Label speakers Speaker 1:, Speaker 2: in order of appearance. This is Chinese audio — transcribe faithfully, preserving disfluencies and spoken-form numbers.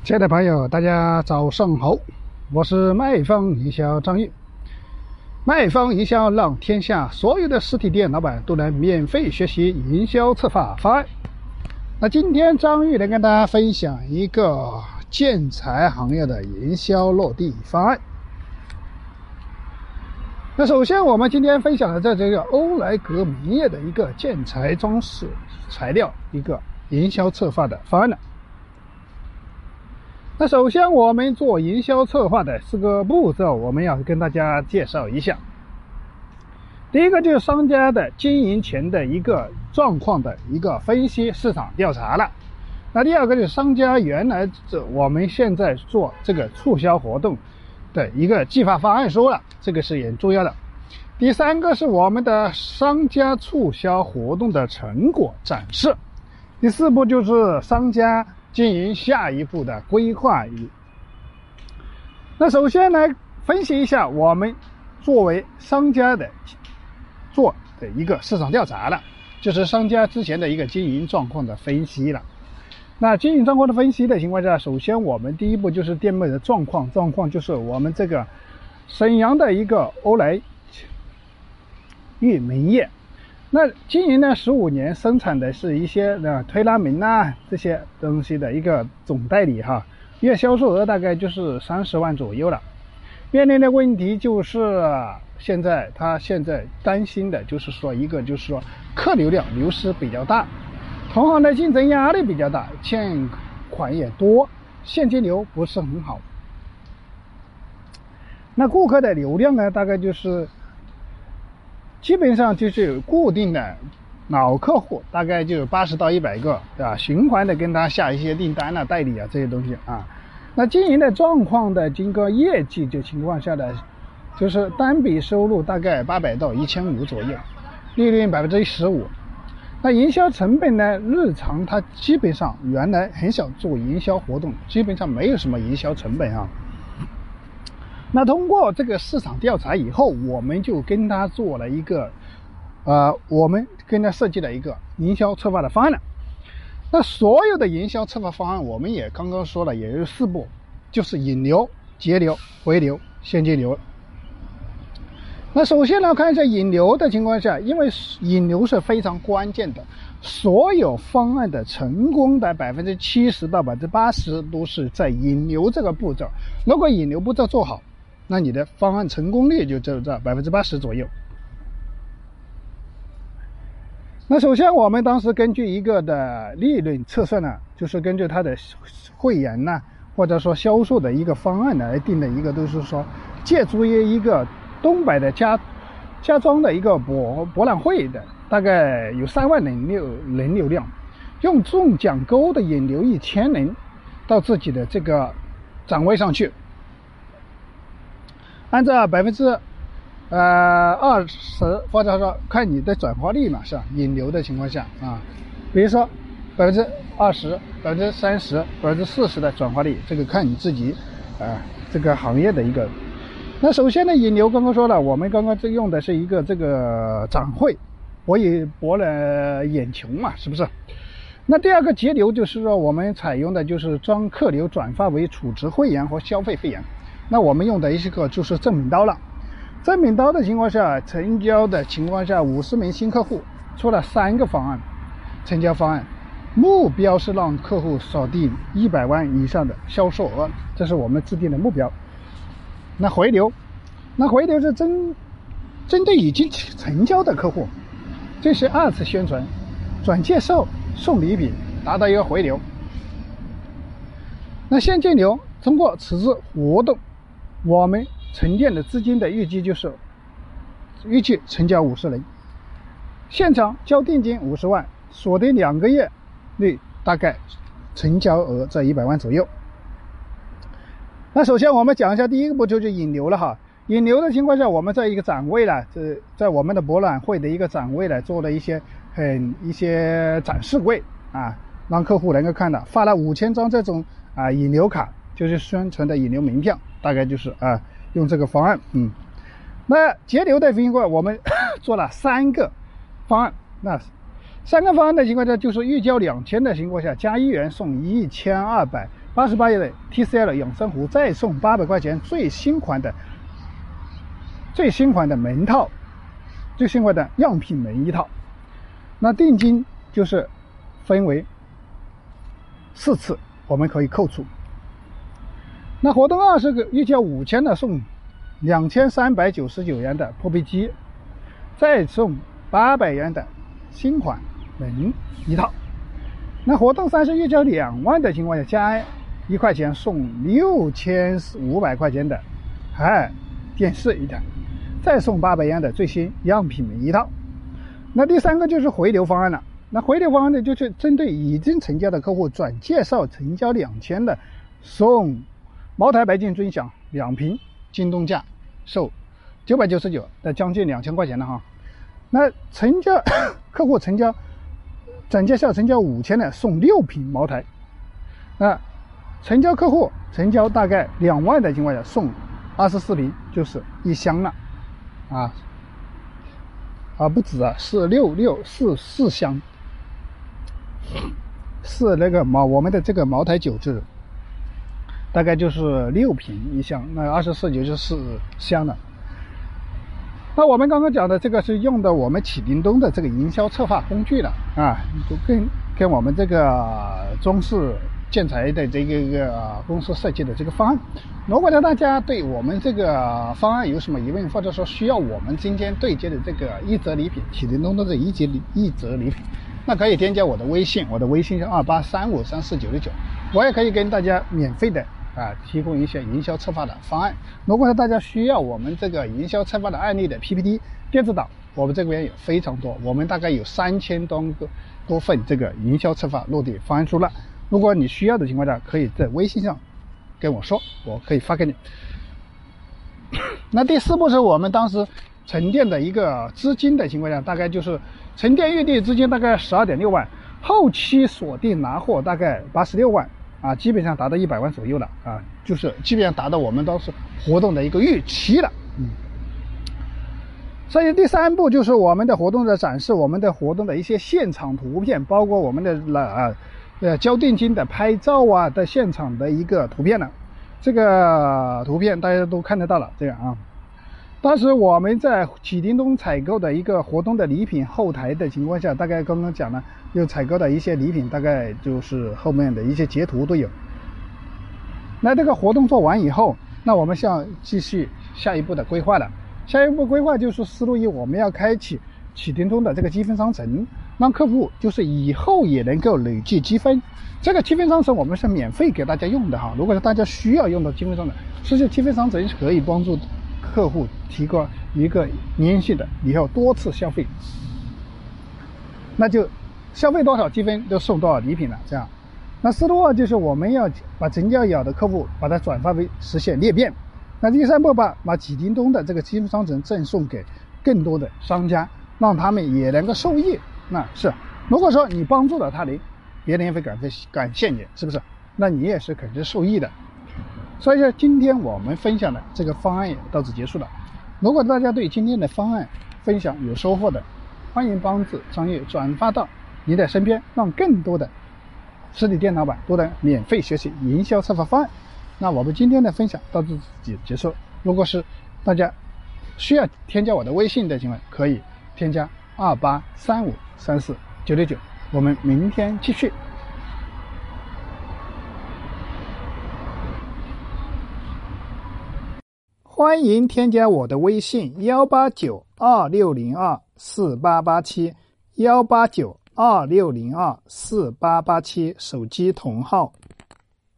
Speaker 1: 亲爱的朋友，大家早上好，我是卖方营销张玉。卖方营销让天下所有的实体店老板都能免费学习营销策划方案。那今天张玉来跟大家分享一个建材行业的营销落地方案。那首先我们今天分享的在这个欧莱格明业的一个建材装饰材料一个营销策划的方案呢。那首先我们做营销策划的四个步骤，我们要跟大家介绍一下。第一个就是商家的经营前的一个状况的一个分析市场调查了。那第二个就是商家原来这我们现在做这个促销活动的一个计划方案书了，这个是很重要的。第三个是我们的商家促销活动的成果展示。第四步就是商家经营下一步的规划。那首先来分析一下我们作为商家的做的一个市场调查了，就是商家之前的一个经营状况的分析了。那经营状况的分析的情况下，首先我们第一步就是店面的状况，状况就是我们这个沈阳的一个欧莱玉明业。那经营呢十五年，生产的是一些呢推拉门啊这些东西的一个总代理哈，月销售额大概就是三十万左右了。面临的问题就是现在他现在担心的就是说一个就是说客流量流失比较大，同行的竞争压力比较大，欠款也多，现金流不是很好。那顾客的流量呢大概就是基本上就是有固定的老客户，大概就有八十到一百个，对吧？循环的跟他下一些订单啊、代理啊这些东西啊。那经营的状况的经过业绩的情况下的，就是单笔收入大概八百到一千五左右，利润百分之十五。那营销成本呢，日常它基本上原来很少做营销活动，基本上没有什么营销成本啊。那通过这个市场调查以后，我们就跟他做了一个呃我们跟他设计了一个营销策划的方案了。那所有的营销策划方案我们也刚刚说了，也有四步，就是引流、节流、回流、现金流。那首先呢，看一下引流的情况下，因为引流是非常关键的，所有方案的成功的百分之七十到百分之八十都是在引流这个步骤。如果引流步骤做好，那你的方案成功率就就在百分之八十左右。那首先我们当时根据一个的利润测算呢，就是根据它的会员呢，或者说销售的一个方案来定的一个，都是说借助于一个东北的家家装的一个博博览会的，大概有三万人流人流量，用中奖钩的引流一千人到自己的这个展位上去。按照百分之呃二十，或者说看你的转化率嘛，是吧？引流的情况下啊，比如说百分之二十、百分之三十、百分之四十的转化率，这个看你自己啊这个行业的一个。那首先呢，引流刚刚说了，我们刚刚这用的是一个这个展会，博以博了眼球嘛，是不是？那第二个节流就是说，我们采用的就是将客流转化为储值会员和消费会员。那我们用的一个就是正品刀了，正品刀的情况下，成交的情况下，五十名新客户出了三个方案，成交方案，目标是让客户锁定一百万以上的销售额，这是我们制定的目标。那回流，那回流是针针对已经成交的客户，这是二次宣传、转介绍、送礼品，达到一个回流。那现金流，通过此次活动，我们沉淀的资金的预计就是预计成交五十人，现场交定金五十万，锁定两个月内大概成交额在一百万左右。那首先我们讲一下第一个步骤，就引流了哈。引流的情况下，我们在一个展位了，这在我们的博览会的一个展位了，做了一些很一些展示柜啊，让客户能够看到，发了五千张这种啊引流卡，就是宣传的引流门票，大概就是啊用这个方案。嗯，那节流的情况，我们做了三个方案。那三个方案的情况下，就是预交两千的情况下，加一元送一千二百八十八页的 T C L 养生壶再送八百块钱最新款的最新款的门套，最新款的样品门一套。那定金就是分为四次，我们可以扣除。那活动二是个预交五千的送两千三百九十九元的破壁机，再送八百元的新款门一套。那活动三是预交两万的情况下，加一块钱送六千五百块钱的海尔电视一台，再送八百元的最新样品门一套。那第三个就是回流方案了。那回流方案呢，就是针对已经成交的客户转介绍成交两千的，送茅台白金尊享两瓶，京东价售九百九十九的，将近两千块钱了哈。那成交客户成交转介绍成交五千的，送六瓶茅台。那成交客户成交大概两万的情况下，送二十四瓶，就是一箱了啊。啊，不止啊，是六六四四箱，是那个茅我们的这个茅台酒就是大概就是六瓶一箱，那二十四就是四箱了。那我们刚刚讲的这个是用的我们启灵东的这个营销策划工具了啊，跟跟我们这个中式建材的这个一个公司设计的这个方案。如果呢大家对我们这个方案有什么疑问，或者说需要我们今天对接的这个一折礼品，启灵东的这一折一折礼品，那可以添加我的微信，我的微信是二八三五三四九六九，我也可以跟大家免费的啊提供一些营销策划的方案。如果说大家需要我们这个营销策划的案例的 P P T 电子档，我们这边也非常多，我们大概有三千多个多份这个营销策划落地方案书了。如果你需要的情况下，可以在微信上跟我说，我可以发给你。那第四步是我们当时沉淀的一个资金的情况下，大概就是沉淀预定资金大概十二点六万，后期锁定拿货大概八十六万啊，基本上达到一百万左右了啊，就是基本上达到我们当时活动的一个预期了。嗯，所以第三步就是我们的活动的展示，我们的活动的一些现场图片，包括我们的啊呃交定金的拍照啊的现场的一个图片了。这个图片大家都看得到了，这样啊。当时我们在启灵东采购的一个活动的礼品后台的情况下，大概刚刚讲了，有采购的一些礼品，大概就是后面的一些截图都有。那这个活动做完以后，那我们想继续下一步的规划了。下一步规划就是思路一，我们要开启启灵东的这个积分商城，让客户就是以后也能够累计积分。这个积分商城我们是免费给大家用的哈，如果是大家需要用到积分商城，实际积分商城可以帮助客户提高一个连续的以后多次消费，那就消费多少积分就送多少礼品了。这样，那思路二就是我们要把成交有的客户把它转发为实现裂变。那第三步把把启灵东的这个积分商城赠送给更多的商家，让他们也能够受益。那是如果说你帮助了他人，别人也会感感谢你，是不是？那你也是肯定受益的。所以说今天我们分享的这个方案也到此结束了。如果大家对今天的方案分享有收获的，欢迎帮助商业转发到你的身边，让更多的实体店老板都能免费学习营销策划方案。那我们今天的分享到此结束。如果是大家需要添加我的微信的情况，可以添加二八三五三四九六九。我们明天继续。欢迎添加我的微信幺八九二六零二四八八七幺八九二六零二四八八七，手机同号。